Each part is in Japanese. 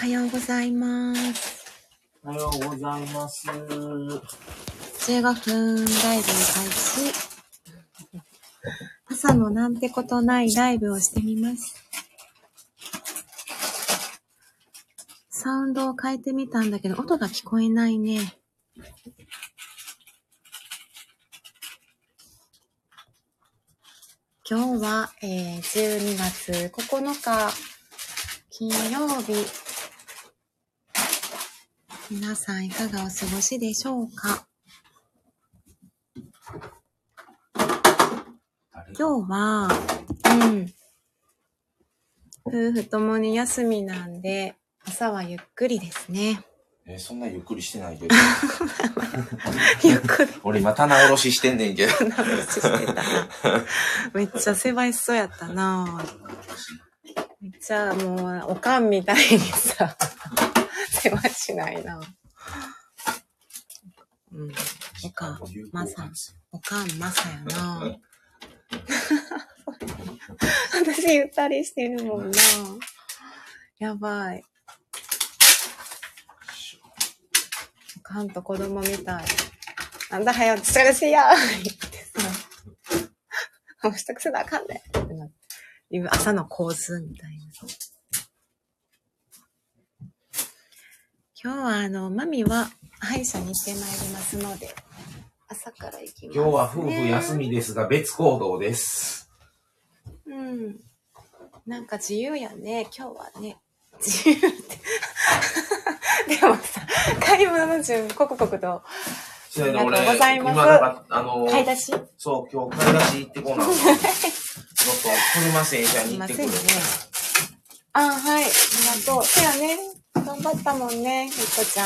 はようございます。 おはようございます。 15分ライブ開始。朝のなんてことないライブをしてみます。サウンドを変えてみたんだけど、音が聞こえないね。今日は、12月9日金曜日。皆さんいかがお過ごしでしょうか。今日は、夫婦ともに休みなんで、朝はゆっくりですね。 そんなゆっくりしてないけど。 ゆっくり。 俺今棚卸ししてんねんけど。 棚卸ししてたな。めっちゃ狭いそうやったな。めっちゃもう、おかんみたいにさ、世話しないな。おかん、まさやな。私ゆったりしてるもんな。やばい。おかんと子供みたい。なんだはよ、疲れしやーってさ。もう支度せなあかんねってないう朝の構図みたいな。今日はマミは歯医者に行ってまいりますので、朝から行きます、ね。 今日は夫婦休みですが別行動です。 なんか自由やね、今日はね。自由って。でもさ、買い物の準備、刻々と。ありがとうございます。買い出し？ そう、今日買い出し行ってこな。ちょっと、車洗車に行ってくる。 ね。はい、ありがとう。そうやね。頑張ったもんね、ひっこちゃん。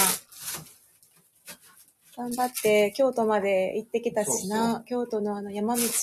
頑張って、京都まで行ってきたしな。そうそう、京都の山道の、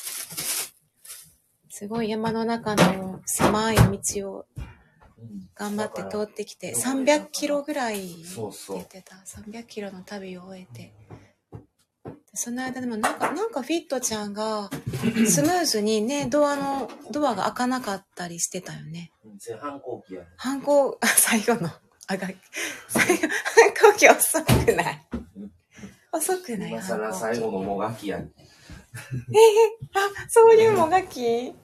すごい山の中の狭い道を頑張って通ってきて、300キロぐらい言ってた。300キロの旅を終えて。その間でもなんかフィットちゃんがスムーズにね、ドアが開かなかったりしてたよね。 反抗期やね。 最後の、反抗期遅くない。遅くない。 今更最後のもがきやね。 そういうもがき？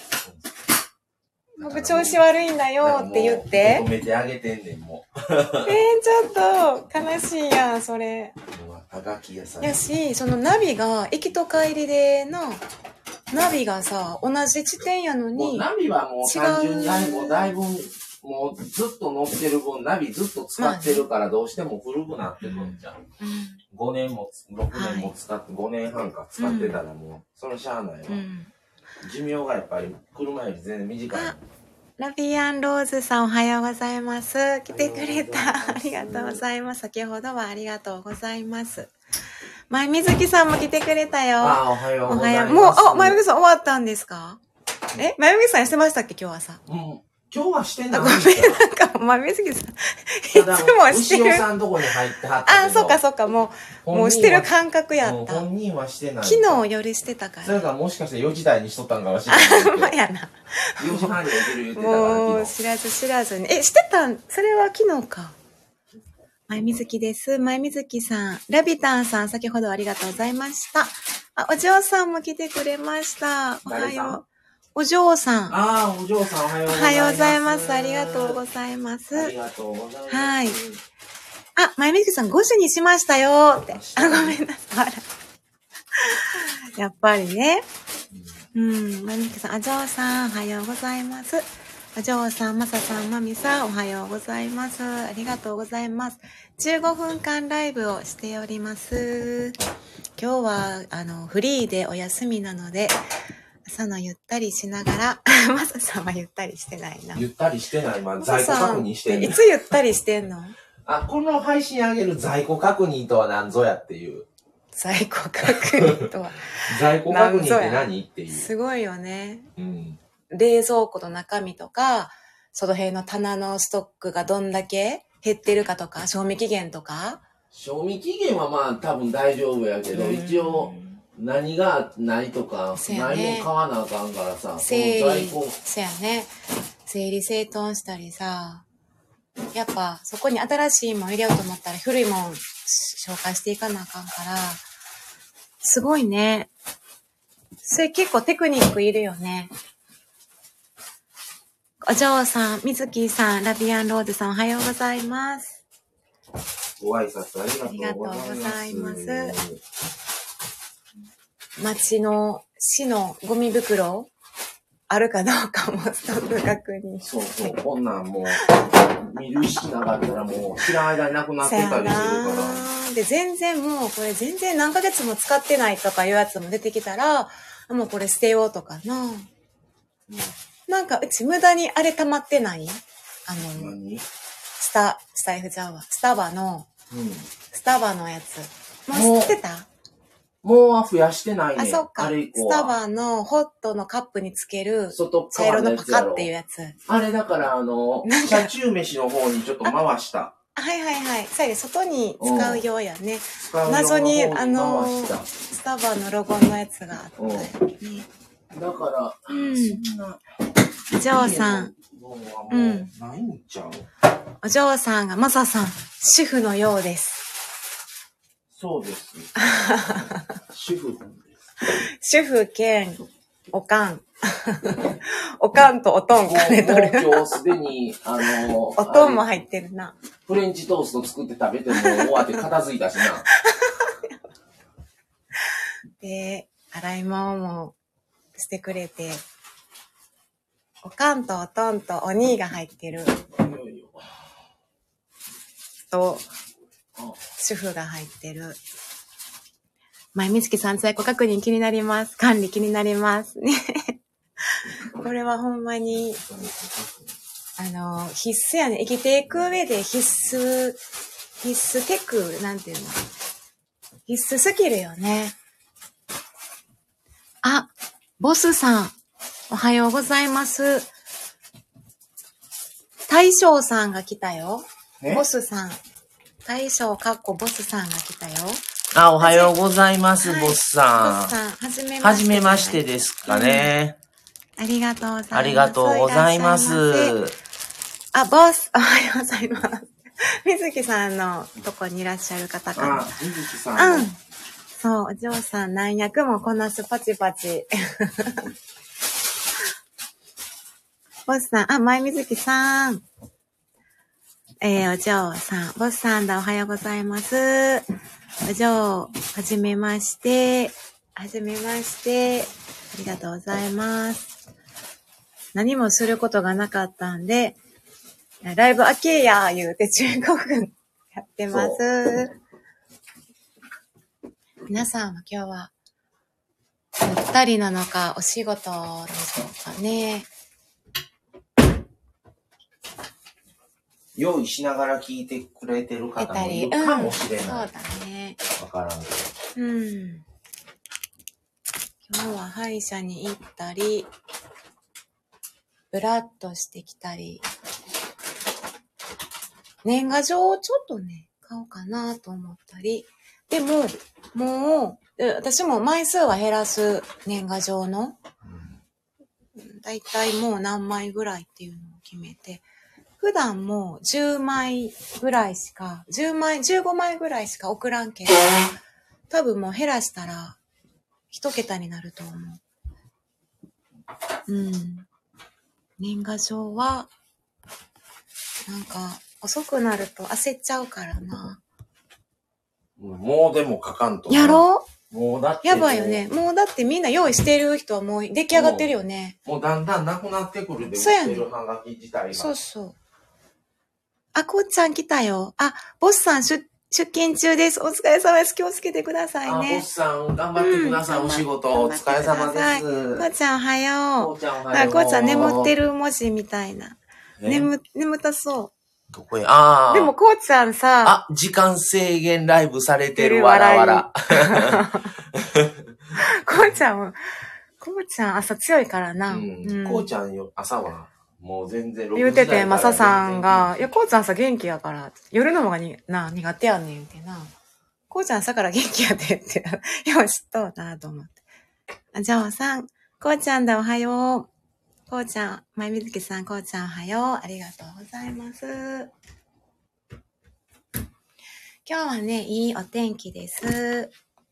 僕調子悪いんだよって言って。 止めてあげてんねん、もう。 ちょっと悲しいやん、それ。 はがきやさ。 やし、そのナビが、行きと帰りでナビがさ、同じ地点やのに。 ナビはもう単純にだいぶ、もうずっと乗ってる分、ナビずっと使ってるからどうしても古くなってくんじゃん。5年も6年も使って、5年半か使ってたらもう、それしゃあないわ。寿命がやっぱり車より全然短い。 ラビアンローズさんおはようございます。来てくれた。ありがとうございます。先ほどはありがとうございます。前水木さんも来てくれたよ。 おはようございます。 もう、前水木さん終わったんですか？前水木さんしてましたっけ今日朝。 今日はしてない。 ごめん、なんか、前水木さん。いつもしてる。 牛尾さんとこに入ってはったけど。 そっか。もうしてる感覚やった。 本人はしてない。 昨日夜してたから。 それかもしかして4時台にしとったんかもしれないけど。 まやな。 4時半に起きる言ってたから。 もう、知らずに。してたん、それは昨日か。前水木です。前水木さん。ラビタンさん、先ほどありがとうございました。お嬢さんも来てくれました。おはよう。お嬢さん。 お嬢さんおはようございます。 おはようございます。ありがとうございます。 ありがとうございます。 はい。前水木さん5時にしましたよって。ごめんなさい。やっぱりね。前水木さん、お嬢さん、おはようございます。お嬢さん、まささん、まみさん、おはようございます。ありがとうございます。15分間ライブをしております。今日は、フリーでお休みなので、朝のゆったりしながら、まささんはゆったりしてないな。 ゆったりしてない。在庫確認してんの。 いつゆったりしてんの？ この配信あげる在庫確認とは何ぞやっていう。 在庫確認とは。 在庫確認って何っていう。 すごいよね。冷蔵庫の中身とか、その辺の棚のストックがどんだけ減ってるかとか、賞味期限とか。 賞味期限は多分大丈夫やけど、一応、何がないとか、何も買わなあかんからさ、 在庫。そやね。整理整頓したりさ、 やっぱそこに新しいもん入れようと思ったら古いもん紹介していかなあかんから、すごいね。それ結構テクニックいるよね。お嬢さん、みずきさん、ラビアンローズさんおはようございます。 ご挨拶ありがとうございます。 町の市のゴミ袋あるかどうかもストック確認。 そうそう、こんなんもう見る意識なかったらもう知らん間になくなってたりするから。 で、全然もうこれ全然何ヶ月も使ってないとかいうやつも出てきたら、もうこれ捨てようとかな。なんかうち無駄にあれ溜まってない？ 何？ スタイフちゃうわ。スタバのやつ。もう知ってた？ もうは増やしてないね。 あ、そっか。スタバのホットのカップにつける茶色のパカっていうやつ。 あれだから車中飯の方にちょっと回した。 はいはいはい。それで外に使うようやね。 使う用謎にスタバのロゴのやつがあったよね。 だから、そんな。 お嬢さん。 ないんちゃう？ お嬢さんが、まささん、主婦のようです。 そうです。主婦です。 主婦兼、おかん。おかんとおとん兼ねとる。 もう今日すでに、 おとんも入ってるな。 フレンチトースト作って食べても終わって片付いたしな。 で、洗い物もしてくれて、おかんとおとんとお兄が入ってる。と、主婦が入ってる。前みつきさん在庫確認気になります。管理気になりますね。これはほんまに、必須やね。生きていく上で必須テク、なんていうの？必須スキルよね。あ、ボスさん、おはようございます。大将さんが来たよ。ボスさん。大将かっこボスさんが来たよ。 あ、おはようございます、ボスさん。 ボスさん、 はじめましてですかね。 ありがとうございます。 ありがとうございます。 あ、ボス、おはようございます。みずきさんのとこにいらっしゃる方かな。 あ、みずきさん。 そう、お嬢さん何役もこなすパチパチ。ボスさん、あ、前みずきさん。お嬢さん、ボスさんだ、おはようございます。お嬢、はじめまして。ありがとうございます。何もすることがなかったんで、ライブ開けや言うて15分やってます。皆さんは今日は、ゆったりなのか、お仕事でしょうかね。 用意しながら聞いてくれてる方もいるかもしれない。 そうだね。 わからんけど。 今日は歯医者に行ったり、ブラッとしてきたり、年賀状をちょっとね、買おうかなと思ったり、でも、もう、私も枚数は減らす年賀状の、だいたいもう何枚ぐらいっていうのを決めて、普段もう10枚ぐらいしか、15枚ぐらいしか送らんけど、多分もう減らしたら、1桁になると思う。年賀状は、なんか、遅くなると焦っちゃうからな。 もうでも書かんと。 やろう？もうだって。 やばいよね。もうだってみんな用意してる人はもう出来上がってるよね。 もうだんだんなくなってくるで、売ってるハガキ自体が。 そうそう。あ、こうちゃん来たよ。あ、ボスさん出勤中です。お疲れ様です。気をつけてくださいね。 ボスさん、頑張ってください。お仕事、お疲れ様です。 こうちゃんおはよう。 こうちゃんおはよう。 こうちゃん眠ってる文字みたいな。眠たそう。 どこへ、 でもこうちゃんさ。 時間制限ライブされてるわらわら。 こうちゃん朝強いからな。 こうちゃんよ、朝は。もう全然言うてて、マサさんが、いや、こうちゃん朝元気やから、夜の方が苦手やねん、言うてな。こうちゃん朝から元気やでって、よし、知っとうなと思って。あ、ジョーさん、こうちゃんだ、おはよう。 こうちゃん、まゆみずきさん、こうちゃんおはよう。ありがとうございます。今日はね、いいお天気です。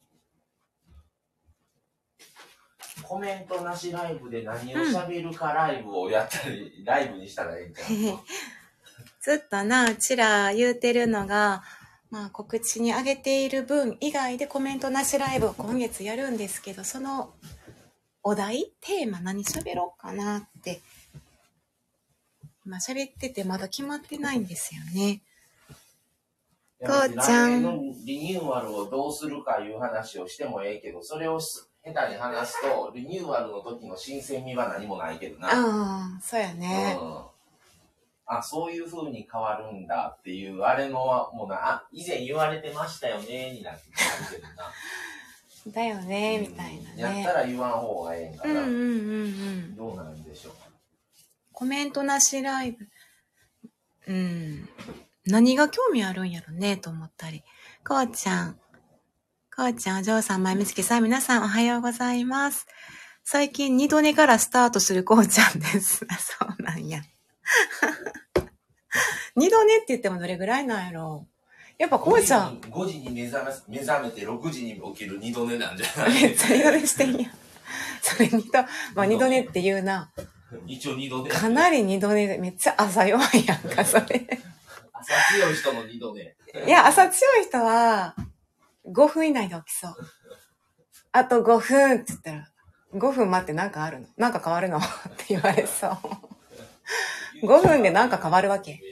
コメントなしライブで何を喋るかライブをやったり、ライブにしたらいいんじゃないのずっとな、うちら言うてるのが、まあ告知に上げている分以外でコメントなしライブを今月やるんですけど、そのお題テーマ何喋ろうかなって、今喋っててまだ決まってないんですよね。こうちゃん。 来年のリニューアルをどうするかいう話をしてもええけど、それを下手に話すと、リニューアルの時の新鮮味は何もないけどな。 ああ、そうやね。 あ、そういう風に変わるんだっていう、あれのもうな、以前言われてましたよね、になってくるけどな。 だよね、みたいなね。 やったら言わん方がええんかな。 どうなんでしょう。 コメントなしライブ。何が興味あるんやろね、と思ったり。こうちゃん、お嬢さん、まゆみつきさん、皆さんおはようございます。最近二度寝からスタートするこうちゃんです。そうなんや。二度寝って言ってもどれぐらいなんやろ。やっぱこうちゃん。 5時に目覚めて6時に起きる二度寝なんじゃない？ めっちゃ二度寝してんや。それまあ二度寝って言うな。 一応二度寝。 かなり二度寝で、めっちゃ朝弱いやんか、それ。 朝強い人の二度寝。 いや、朝強い人は、5分以内で起きそう。あと5分って言ったら、5分待ってなんかあるの？なんか変わるの？って言われそう。5分でなんか変わるわけ。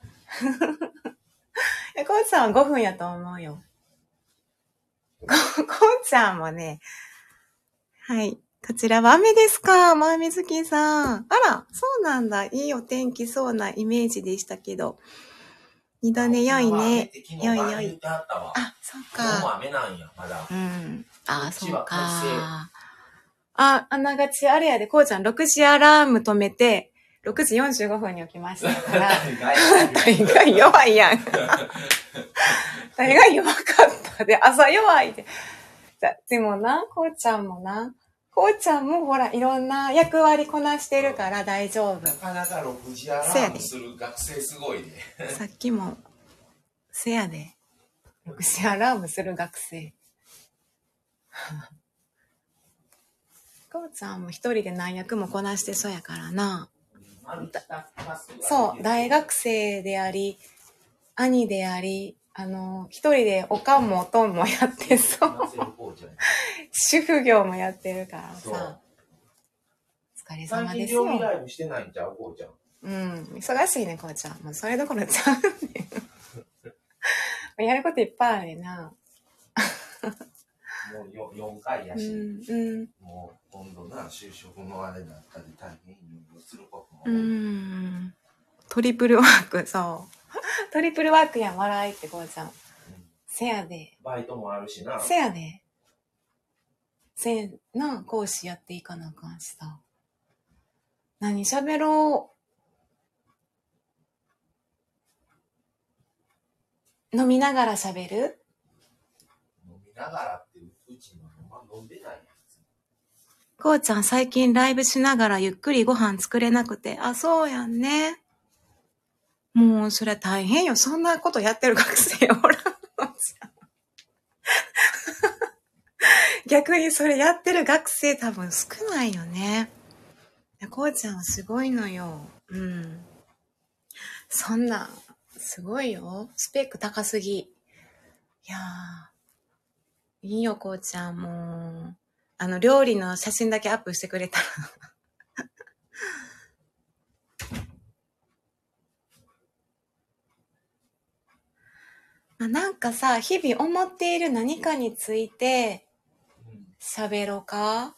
こうちゃんは5分やと思うよ。こうちゃんもね、はい。こちらは雨ですか？まゆみずきさん。あら、そうなんだ。いいお天気そうなイメージでしたけど。二度寝良いね。良い。あ、そうか。 今日も雨なんや、まだ。 あ、そうか。あながちあれやで、こうちゃん6時アラーム止めて、6時45分に起きましたから。大概弱いやん。大概弱かったで、朝弱いで。でもな、こうちゃんもな、こうちゃんもほら、いろんな役割こなしてるから大丈夫。 なかなか6時アラームする学生すごいね。 さっきも、せやで。6時アラームする学生。こうちゃんも一人で何役もこなしてそうやからな。そう、大学生であり、兄であり、一人でおかんもおとんもやってそう。主婦業もやってるからさ。お疲れ様ですよ。 最近料理ライブしてないんちゃう、こうちゃん。 忙しいね、こうちゃん。もうそれどころちゃうねん。やることいっぱいあるな。 もう4回やし、もう今度な、就職のあれだったり大変することも多い。 トリプルワーク、そう。トリプルワークやん、笑いってこうちゃん。せやで。 バイトもあるしな。 せやで。な、講師やっていかなあかんしさ。何喋ろう。飲みながら喋る？ 飲みながらってうちの飲んでないやつ。 こうちゃん最近ライブしながらゆっくりご飯作れなくて。あ、そうやんね。もうそれは大変よ。そんなことやってる学生おらんのじゃん。逆にそれやってる学生多分少ないよね。こうちゃんはすごいのよ。そんな、すごいよ。スペック高すぎ。いやー、いいよ、こうちゃん。もう、料理の写真だけアップしてくれたら。なんかさ、日々思っている何かについて喋ろうか。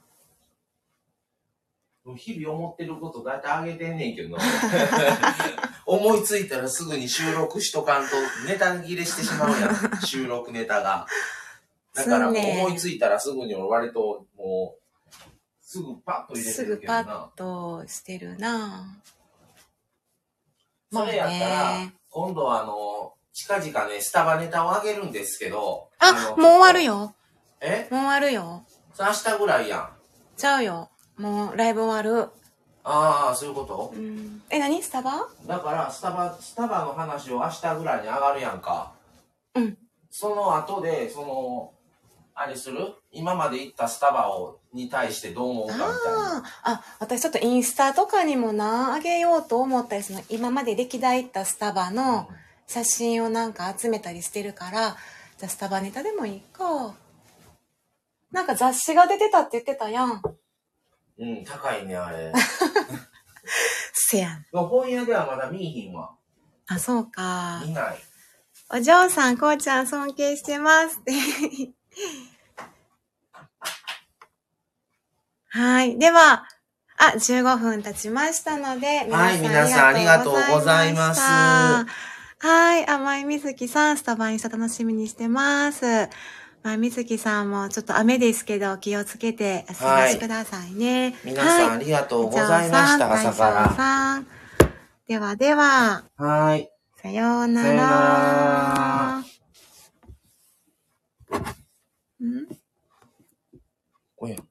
日々思ってることだってあげてんねんけどな。思いついたらすぐに収録しとかんとネタ切れしてしまうやん。収録ネタが。だから思いついたらすぐに割ともうすぐパッと入れてるけどな。 すぐパッとしてるな。 それやったら、今度は近々ね、スタバネタをあげるんですけど。 もう終わるよ。もう終わるよ。 明日ぐらいやん。 ちゃうよ。もうライブ終わる。 ああ、そういうこと？ 何スタバ？ だから、スタバの話を明日ぐらいに上がるやんか。 うん。 その後で、あれする？今まで行ったスタバに対してどう思うかみたいな。 私ちょっとインスタとかにもあげようと思ったり、今まで歴代行ったスタバの写真をなんか集めたりしてるから、じゃあスタバネタでもいいか。なんか雑誌が出てたって言ってたやん。 うん、高いね、あれ。 せやん。 本屋ではまだ見えひんわ。 あ、そうか。 見ない。 お嬢さん、こうちゃん尊敬してますって。はい。では、15分経ちましたので、 はい、皆さんありがとうございます。 はい。まいみずきさん、スタバインスタ楽しみにしてます。まいみずきさんもちょっと雨ですけど、気をつけてお過ごしくださいね。 皆さんありがとうございました、朝から。 ではでは。 はい。 さようなら。 さようなら。これ